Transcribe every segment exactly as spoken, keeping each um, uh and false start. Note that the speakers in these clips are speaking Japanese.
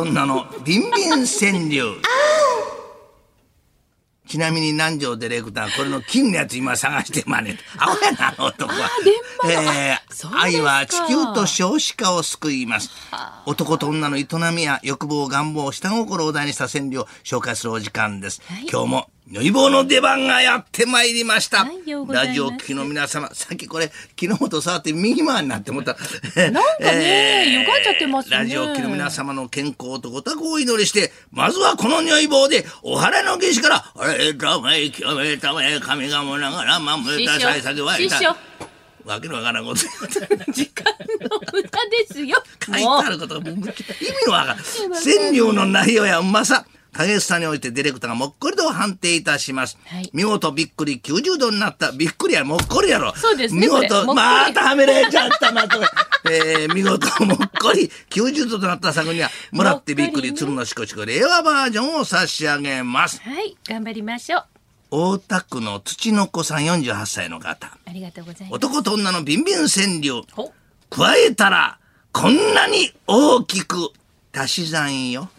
女のビンビン川柳。ちなみに南條ディレクターこれの金のやつ今探してまねアホやなあの男は。えー、愛は地球と少子化を救います。男と女の営みや欲望願望下心を題にした川柳を紹介するお時間です、はい、今日も如意棒の出番がやってまいりました、はい、ラジオ機の皆様、さっきこれ木の元触って右回りになって思ったなんかね、えー、歪んじゃってますね。 ラジオ機の皆様の健康とご多幸をお祈りして、まずはこの如意棒でお祓いの儀式からあれたまえ清めたまえ神がもながら守った幸先はいたわけのわからんこと時間の無駄ですよ。 書いてあることがもう意味のわからん川柳の内容やうまさ激しさにおいてディレクターがもっこりと判定いたします、はい、見事びっくりきゅうじゅうどになったびっくりやもっこりやろ。 そうですね、 見事またはめられちゃったまた、えー、見事もっこりきゅうじゅうどとなった作にはもらってびっくり鶴のしこしこ令和バージョンを差し上げます。 はい、頑張りましょう。 大田区の土の子さんよんじゅうはっさいの方、 ありがとうございます。 男と女のビンビン川柳。加えたらこんなに大きく足し算よ。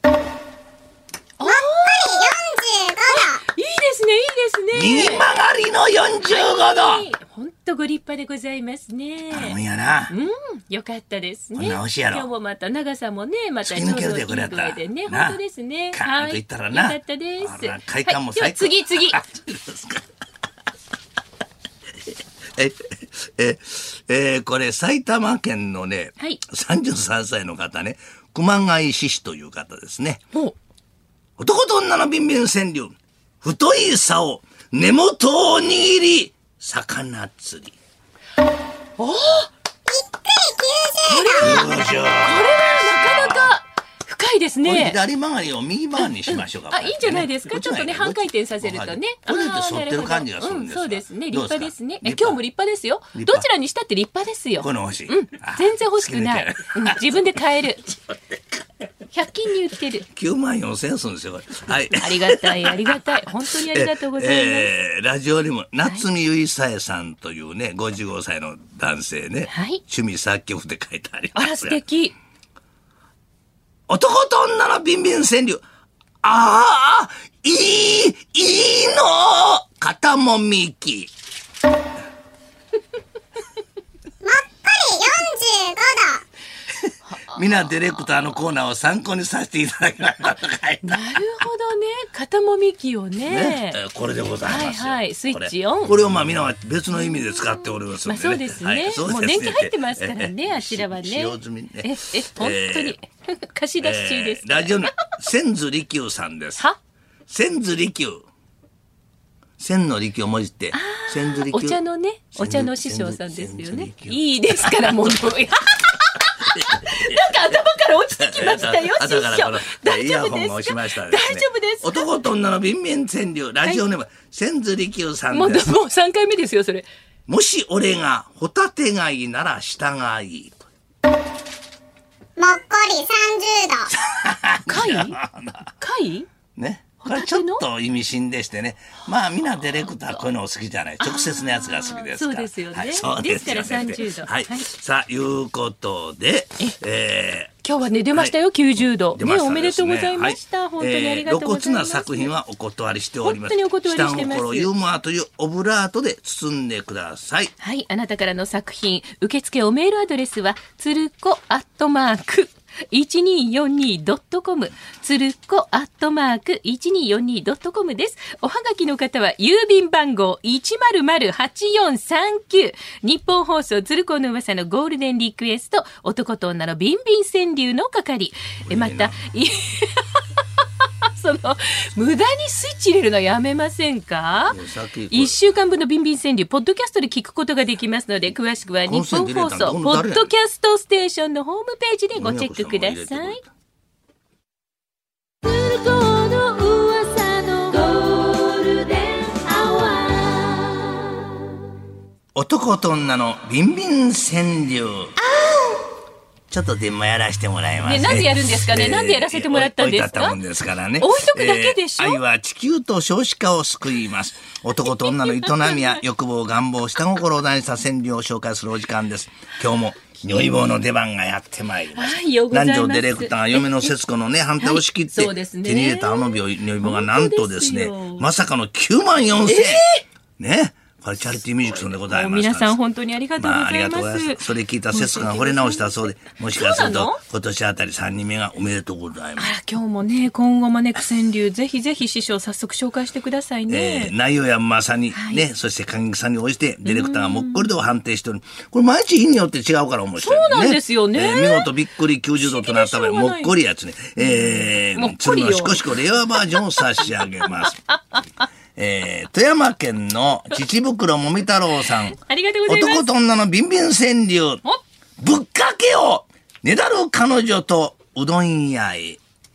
いいですね、いいですね。 右曲がりのよんじゅうごど。 本当ご立派でございますね。 頼むやな。 うん、よかったですね。 こんなおしやろ。 今日もまた長さもね、また突き抜けるでこれやったら。 でね、本当ですね。 カーンといったらな。 よかったです。 快感も最高。 次次。 えええー、これ埼玉県のね、 はい、 さんじゅうさんさいの方ね、熊谷獅子という方ですね。男と女のビンビン川柳。太い竿根元を握り魚釣り。 おお、びっくりきゅうじゅうど。これはなかなか深いですね。 左曲がりを右回りにしましょうか。 あ、いいんじゃないですか。ちょっとね半回転させるとね。 これって反ってる感じがするんですか。 そうですね。立派ですね。今日も立派ですよ。どちらにしたって立派ですよ。 この欲しい。 うん、全然欲しくない。自分で買える。ひゃく均に売ってる。 きゅうまんよんせんえんするんですよ。はい。 ありがたい、ありがたい。本当にありがとうございます。 えー、ラジオにも夏見ゆいさえさんというね、ごじゅうごさいの男性ね、はい、趣味作曲で書いてあります。 あら素敵。 男と女のビンビン川柳。ああ、いい、いいの肩もみき。もっこりよんじゅうごど。みなディレクターのコーナーを参考にさせていただきました。なるほどね、肩もみきを ね, ね、これでございますよ。 はいはい、スイッチオン。 これをまあみんなは別の意味で使っておりますのでね。 まあそうですね。はい、そうですね、もう年季入ってますからね、あちらはね。使用済みね。え、え、本当に、えー、貸し出し中です、えー。ラジオの千鶴利休さんです。は？千鶴利休。千の利休をもじって、千鶴利休。 お茶のね、お茶の師匠さんですよね。いいですからもう。なんか頭から落ちてきましたよ、師匠。大丈夫ですか？大丈夫です。 男と女のビンビン川柳、ラジオネーム、千鶴利休さんです。 もうさんかいめですよ、それ。 もし俺がホタテ貝なら下がいい。 もっこりさんじゅうど。 貝？貝？ ね。これちょっと意味深でしてね。まあみんなディレクターこういうのお好きじゃない。直接のやつが好きですから。 そうですよね。はい、 そうですよね。 ですからさんじゅうど。 はい。はい、さあ、いうことで、えー、今日はね出ましたよ、はい、きゅうじゅうど。ね、おめでとうございました。はい、本当にありがとうございます。露骨な作品はお断りしております。 本当にお断りしてます。 下心ユーモアというオブラートで包んでください。 はい、あなたからの作品受付おメールアドレスはつるこアットマークいちにーよんにードットコム つるこアットマーク いちにーよんにードットコム です。おはがきの方は郵便番号 いちまるまるはちよんさんきゅう 日本放送つるこの噂のゴールデンリクエスト男と女のビンビン川柳の係。えまたその無駄にスイッチ入れるのやめませんか？いっしゅうかんぶんのビンビン川柳ポッドキャストで聞くことができますので、詳しくは日本放送ポッドキャストステーションのホームページでごチェックください。 男と女のビンビン川柳。ちょっとでもやらせてもらいます、ね。 なんでやるんですかね。えー、なんでやらせてもらったんですか。 置いとったもんですからね。 置いとくだけでしょ。 えー、愛は地球と少子化を救います。男と女の営みや欲望、願望、下心を題にした川柳を紹介するお時間です。今日も如意棒の出番がやってまいりました。 はいようございます。 南條ディレクター、嫁の節子のね、反対を仕切って、 はい手に入れたあの如意棒がなんとですね、 本当ですよまさかのきゅうまんよんせんえん。ね。これチャリティーミュージックソンでございます。 皆さん本当にありがとうございます。 まあ、ありがとうございます。それ聞いた節子が惚れ直したそうで、もしかすると今年あたりさんにんめがおめでとうございます。 あら、今日もね、今後招く川柳、ぜひぜひ師匠早速紹介してくださいね。 えー、内容やまさにね、はい、そして観客さんに応じてディレクターがもっこり度を判定しておる。これ毎日日によって違うから面白い、ね。 そうなんですよね。 えー、見事びっくりきゅうじゅうどとなった場合、もっこりやつね。えー、次のしこしこ令和バージョンを差し上げます。えー、富山県の父袋もみ太郎さん。 ありがとうございます。 男と女のビンビン川柳。ぶっかけをねだる彼女とうどん屋へ。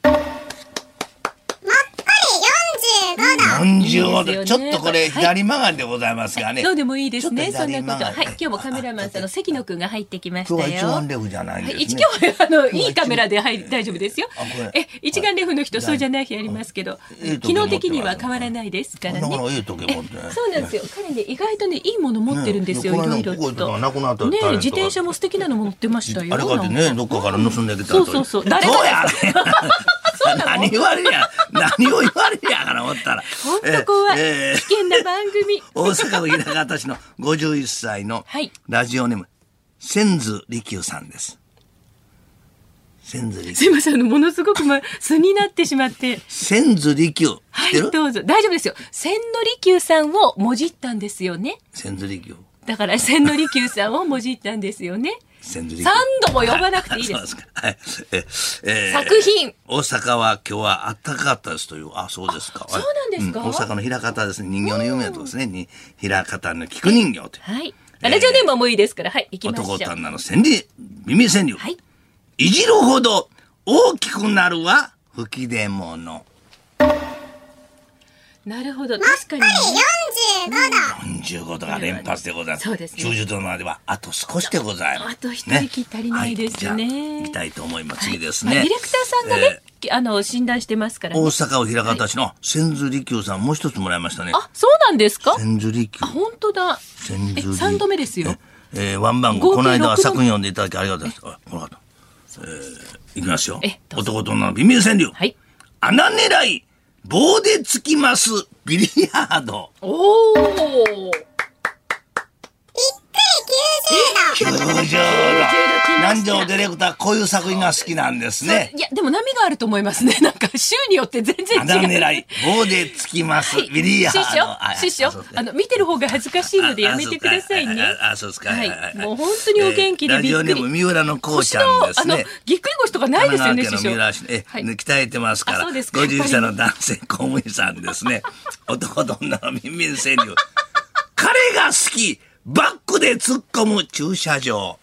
よんじゅうごど。ちょっとこれ左曲がりでございますがね。 どうでもいいですね。そんなことは。はい。今日もカメラマンさんの関野くんが入ってきましたよ。 今日は一眼レフじゃないんですね。 今日はあのいいカメラではい大丈夫ですよ。え一眼レフの人そうじゃない日ありますけど、機能的には変わらないですからね。そうなんですよ。彼ね意外とねいいもの持ってるんですよ。いろいろと。ね自転車も素敵なのも乗ってましたよ。 あれかってねどっかから盗んできた。 そうそうそう。誰が何言われや何を言われやから思ったら本当怖い、えー、危険な番組大阪府枚方市のごじゅういっさいのラジオネーム、はい、千鶴利休さんです。千鶴利休すいませんあのものすごく、ま、素になってしまって千鶴利休はいどうぞ大丈夫ですよ。千利休さんをもじったんですよね。 千鶴利休だから千利休さんをもじったんですよね。三度も呼ばなくていいです。はい、ええー、作品。 大阪は今日は暖かかったですという。あ、そうですか。 そうなんですか。 うん、大阪の枚方ですね。人形の有名なとこですね。に枚方の菊人形という。 はい。ラジオネームもいいですから、はい、行きましょう。 男と女の千里耳川柳。はい。いじるほど大きくなるは吹き出物。 なるほど確かに、ね、 よんじゅうごどが連発でございます。 そうですね。 きゅうじゅうどまではあと少しでございます。 あと一息足りないですね。 はい、じゃあ行きたいと思います。次ですね。 ディレクターさんがね、えー、あの診断してますからね。 大阪府枚方市の千鶴利休さんもう一つもらいましたね。 あ、そうなんですか。 千鶴利休。 あ、本当だ。 千鶴利。 三度目ですよ。 えー、ワン番号この間は作品読んでいただきありがとうございます。この方。えー、いきますよ。男と女のビンビン川柳。はい。穴狙い。棒でつきますビリヤード。おお。びっくりきゅうじゅうど。きゅうじゅうど。南條ディレクターこういう作品が好きなんですね。 いやでも波があると思いますね。なんか週によって全然違う。 穴狙い棒でつきますビリヤード。 師匠師匠あの見てる方が恥ずかしいのでやめてくださいね。 あそうですか。 はい。もう本当にお元気でびっくり。 ラジオネーム三浦のこうちゃんですね。 あのぎっくり腰とかないですよね師匠。 え鍛えてますから。ごじゅっさいの男性公務員さんですね。男と女のビンビン川柳。彼が好きバックで突っ込む駐車場。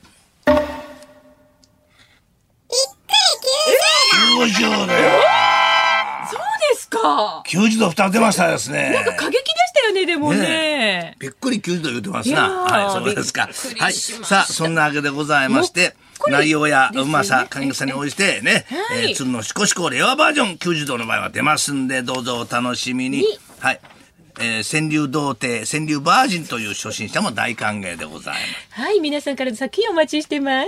きゅうじゅうど。そうですか。 きゅうじゅうどふたつ出ましたですね。 なんか過激でしたよねでもね。ねびっくりきゅうじゅうど言ってますな。はいそうですか。はい。さあそんなわけでございまして。内容やうまさ、観客さんに応じてね、はい、えー、鶴のしこしこ令和バージョンきゅうじゅうどの場合は出ますんで、どうぞお楽しみに。はい。えー、川柳童貞、川柳バージンという初心者も大歓迎でございます。 はい、皆さんからの作品お待ちしてます。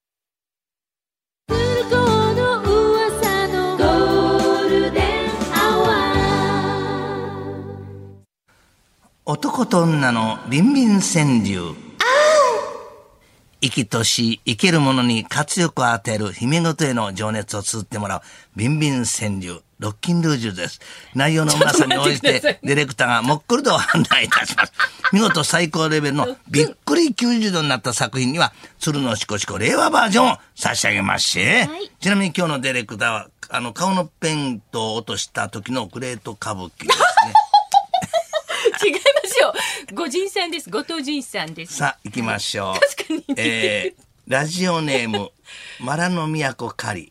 男と女のビンビン川柳。生きとし生けるものに活力を与える姫事への情熱を綴ってもらうビンビン川柳ロッキンルージュです。内容のうまさに応じてディレクターがもっこりと判断いたします。見事最高レベルのびっくりきゅうじゅうどになった作品には鶴のしこしこ令和バージョンを差し上げまして、はい、ちなみに今日のディレクターはあの顔のペンと落とした時のグレート歌舞伎ですね。 違いますよ。ご仁さんです。後藤仁さんです。 さあ行きましょう。 確かに、 えー、ラジオネームマラの都カリ。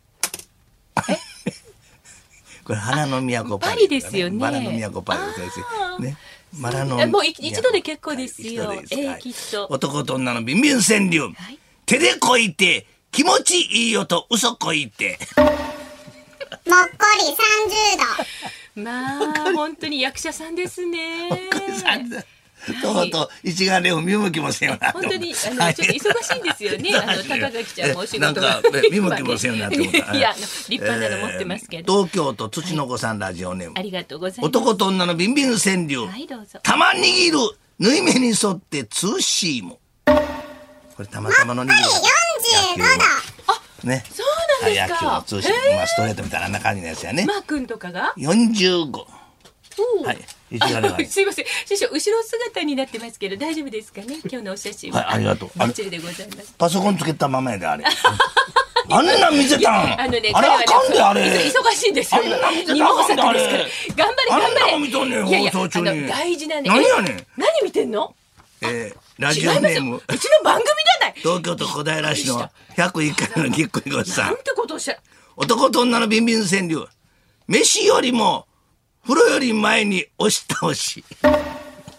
これ花の都パリ、ね、 パリですよね。 マラの都パリですね。マラのもう一度で結構ですよ。えー、きっと男と女のビンビン川柳、はい、手でこいて気持ちいいよと嘘こいて。 もっこりさんじゅうど。 まあ本当に役者さんですね。 もっこりさんじゅうど。 とうとう一眼レフ見向きもせんようになって本当にあの、はい、ちょっと忙しいんですよね。あの高垣ちゃんもお仕事がなんか見向きもせんようになって思った。 いや立派なの持ってますけど。 えー、東京都土の子さんラジオネーム、 はい、ありがとうございます。 男と女のビンビン川柳。 はいどうぞ。 玉握る縫い目に沿ってツーシーム。これたまたまの握り。 よんじゅうごど。 あ、ね。 そうなんですか。 野球のツーシーム、まあストレートみたいなあんな感じのやつやね。 マー君とかがよんじゅうご。はい。一眼レフ。 すいません師匠後ろ姿になってますけど大丈夫ですかね今日のお写真は。 はい、ありがとう。 バッチリでございます。 パソコンつけたままやであれ。あんなん見せたん。 あのね、 あれあかんであれ。 忙しいんですよ。今二毛作ですから。頑張れ頑張れ。 あんな見とんねん。 いやいや、 放送中に。 あの大事なね。 何やねん。 何見てんの？ えー、ラジオネーム。 うちの番組じゃない。 東京都小平市のひゃくいっかいのぎっくり腰さん。 なんてことをおっしゃる。 男と女のビンビン川柳。飯よりも風呂より前に押し倒し。 もっこりよん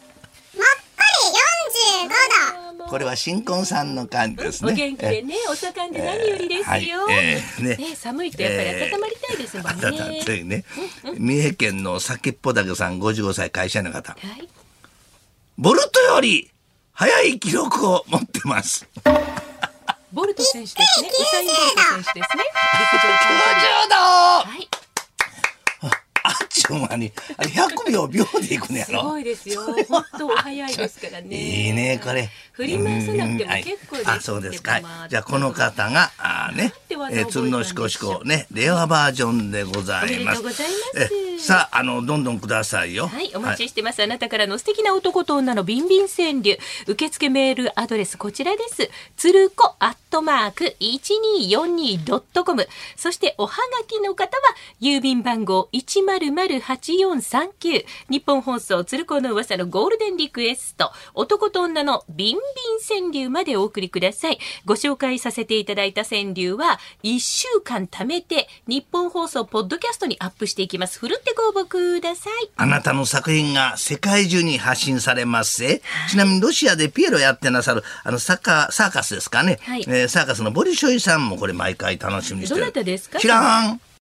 じゅうごど。 これは新婚さんの感じですね。 お元気でね、お盛んで何よりですよ。 はいえーねね、寒いとやっぱり温まりたいですもんね。 温まりたいね。三重県の先っぽだけさんごじゅうごさい会社の方。 はい。 ボルトより速い記録を持ってます。 ボルト選手ですね。ウサインボルト選手ですね。陸上短距離。 度。 はい。 あっちゅう間にあれひゃくびょう秒でいくねやすろ。 ごいですよ。本当お早いですからね。 いいねこれ。 振り回さなくても結構です。 あ、そうですか。じゃあこの方があね、えー、鶴のしこしこね令和バージョンでございます。 おめでとうございます。 えさああのどんどんくださいよ。 はい、お待ちしてます。はい、あなたからの素敵な男と女のビンビン川柳。受付メールアドレスこちらです。つるこアットマークいちにーよんにードットコム。そしておはがきの方は郵便番号いちまるまるはちよんさんきゅう。日本放送鶴子の噂のゴールデンリクエスト。男と女のビンビン川柳までお送りください。ご紹介させていただいた川柳はいっしゅうかん貯めて日本放送ポッドキャストにアップしていきます。ふるってご応募ください。 あなたの作品が世界中に発信されますぜ。ちなみにロシアでピエロやってなさるあのサッカーサーカスですかね、 はい、 えー、サーカスのボリショイさんもこれ毎回楽しみにしてる。 どなたですか？ 知らん。